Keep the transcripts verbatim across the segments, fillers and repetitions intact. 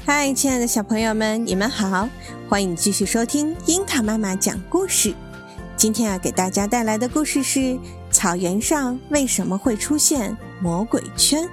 嗨，亲爱的小朋友们，你们好，欢迎继续收听樱桃妈妈讲故事。今天要给大家带来的故事是草原上为什么会出现魔鬼圈。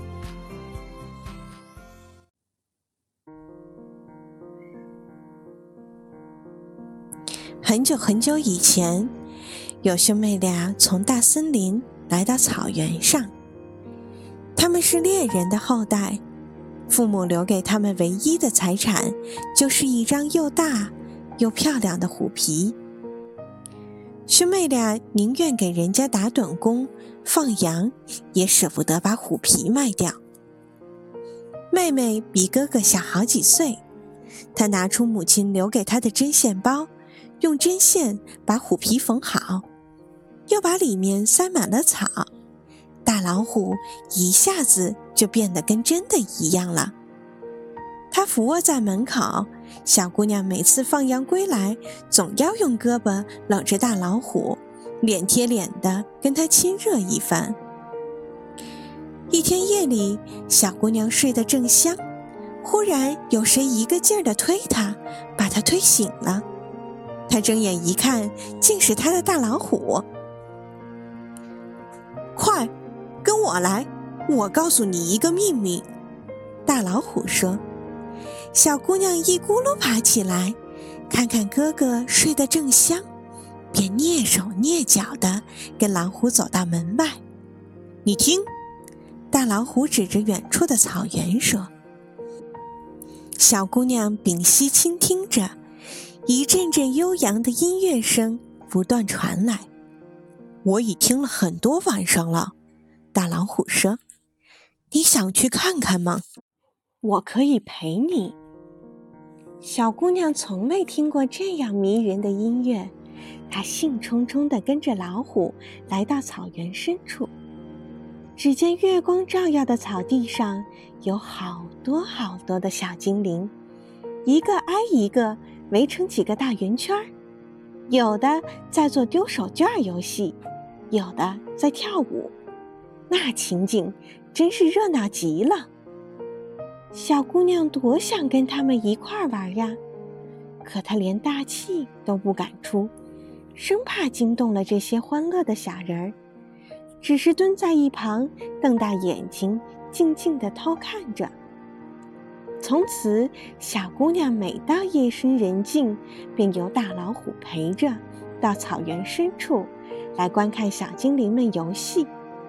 很久很久以前，有兄妹俩从大森林来到草原上，他们是猎人的后代，父母留给他们唯一的财产就是一张又大又漂亮的虎皮。兄妹俩宁愿给人家打盹工放羊，也舍不得把虎皮卖掉。妹妹比哥哥小好几岁，她拿出母亲留给她的针线包，用针线把虎皮缝好，又把里面塞满了草，大老虎一下子就变得跟真的一样了。他俯卧在门口，小姑娘每次放羊归来，总要用胳膊搂着大老虎，脸贴脸的跟他亲热一番。一天夜里，小姑娘睡得正香，忽然有谁一个劲儿地推她，把她推醒了。她睁眼一看，竟是她的大老虎。快，跟我来，我告诉你一个秘密。大老虎说。小姑娘一咕噜爬起来，看看哥哥睡得正香，便蹑手蹑脚地跟老虎走到门外。你听，大老虎指着远处的草原说。小姑娘屏息倾听着，一阵阵悠扬的音乐声不断传来。我已听了很多晚上了，大老虎说。你想去看看吗？我可以陪你。小姑娘从未听过这样迷人的音乐，她兴冲冲地跟着老虎来到草原深处。只见月光照耀的草地上有好多好多的小精灵，一个挨一个围成几个大圆圈，有的在做丢手绢游戏，有的在跳舞，那情景真是热闹极了。小姑娘多想跟他们一块玩呀，可她连大气都不敢出，生怕惊动了这些欢乐的小人儿，只是蹲在一旁，瞪大眼睛，静静地偷看着。从此，小姑娘每到夜深人静，便由大老虎陪着，到草原深处来观看小精灵们游戏。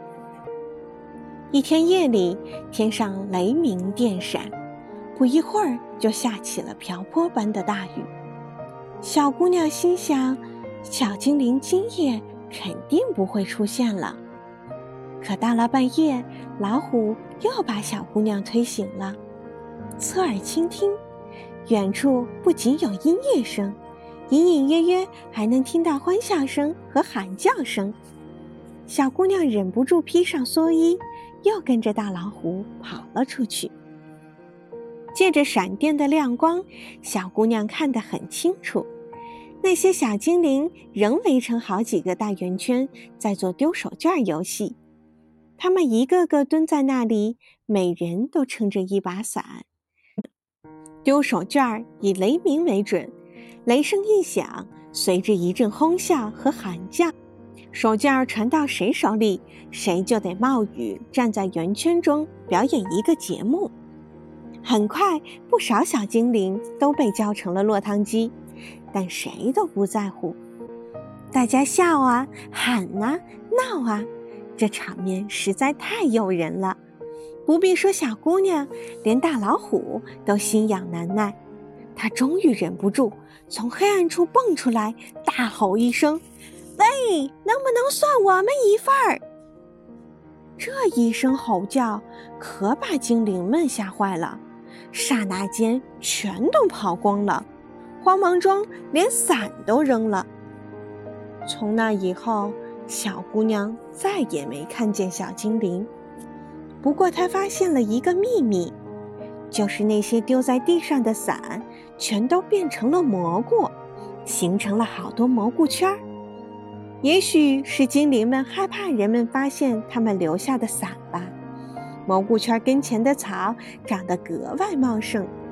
一天夜里，天上雷鸣电闪，不一会儿就下起了瓢泼般的大雨。小姑娘心想，小精灵今夜肯定不会出现了。可到了半夜，老虎又把小姑娘推醒了。侧耳倾听，远处不仅有音乐声，隐隐约约还能听到欢笑声和喊叫声。小姑娘忍不住披上蓑衣，又跟着大老虎跑了出去。借着闪电的亮光，小姑娘看得很清楚，那些小精灵仍围成好几个大圆圈，在做丢手绢游戏。他们一个个蹲在那里，每人都撑着一把伞。丢手绢以雷鸣为准，雷声一响，随着一阵哄笑和喊叫，手绢传到谁手里，谁就得冒雨站在圆圈中表演一个节目。很快，不少小精灵都被浇成了落汤鸡，但谁都不在乎。大家笑啊，喊啊，闹啊，这场面实在太诱人了。不必说小姑娘，连大老虎都心痒难耐。他终于忍不住从黑暗处蹦出来，大吼一声，喂，能不能算我们一份儿？这一声吼叫可把精灵们吓坏了，刹那间全都跑光了，慌忙中连伞都扔了。从那以后，小姑娘再也没看见小精灵。不过她发现了一个秘密，就是那些丢在地上的伞全都变成了蘑菇，形成了好多蘑菇圈。也许是精灵们害怕人们发现他们留下的伞吧，蘑菇圈跟前的草长得格外茂盛，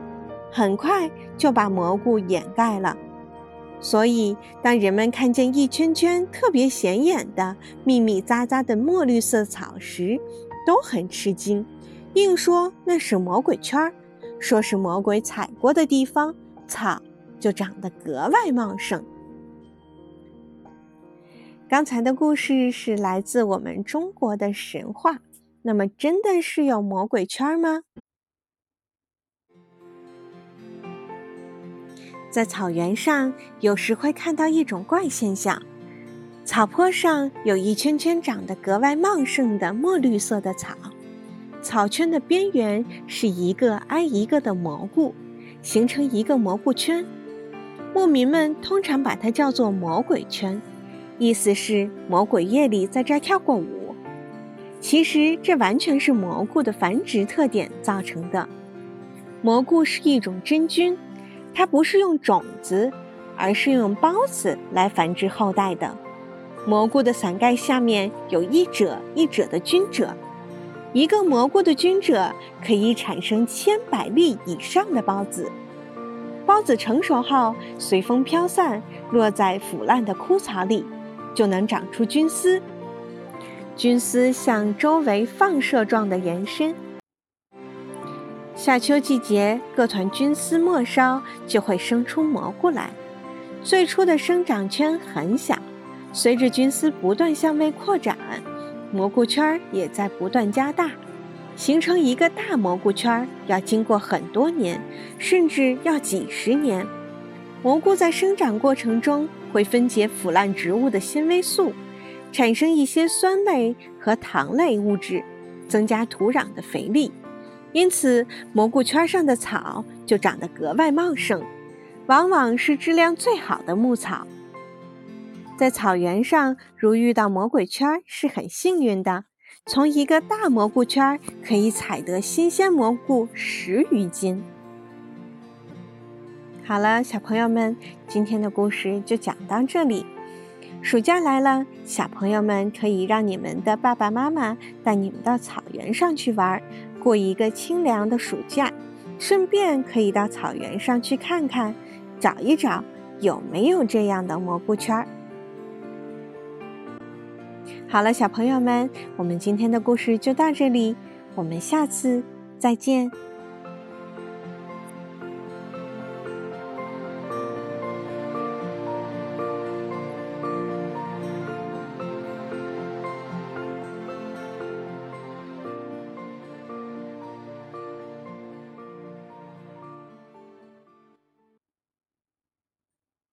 很快就把蘑菇掩盖了。所以，当人们看见一圈圈特别显眼的密密匝匝的墨绿色草时，都很吃惊，硬说那是魔鬼圈，说是魔鬼踩过的地方，草就长得格外茂盛。刚才的故事是来自我们中国的神话，那么真的是有魔鬼圈吗？在草原上，有时会看到一种怪现象，草坡上有一圈圈长得格外茂盛的墨绿色的草，草圈的边缘是一个挨一个的蘑菇，形成一个蘑菇圈。牧民们通常把它叫做魔鬼圈，意思是魔鬼夜里在这儿跳过舞。其实这完全是蘑菇的繁殖特点造成的。蘑菇是一种真菌，它不是用种子，而是用孢子来繁殖后代的。蘑菇的伞盖下面有一褶一褶的菌褶，一个蘑菇的菌褶可以产生千百粒以上的孢子。孢子成熟后随风飘散，落在腐烂的枯草里，就能长出菌丝。菌丝向周围放射状的延伸。夏秋季节，各团菌丝末梢就会生出蘑菇来。最初的生长圈很小，随着菌丝不断向外扩展，蘑菇圈也在不断加大。形成一个大蘑菇圈要经过很多年，甚至要几十年。蘑菇在生长过程中会分解腐烂植物的纤维素，产生一些酸类和糖类物质，增加土壤的肥力。因此，蘑菇圈上的草就长得格外茂盛，往往是质量最好的牧草。在草原上，如遇到魔鬼圈是很幸运的，从一个大蘑菇圈可以采得新鲜蘑菇十余斤。好了，小朋友们，今天的故事就讲到这里。暑假来了，小朋友们可以让你们的爸爸妈妈带你们到草原上去玩，过一个清凉的暑假，顺便可以到草原上去看看，找一找有没有这样的蘑菇圈。好了，小朋友们，我们今天的故事就到这里，我们下次再见。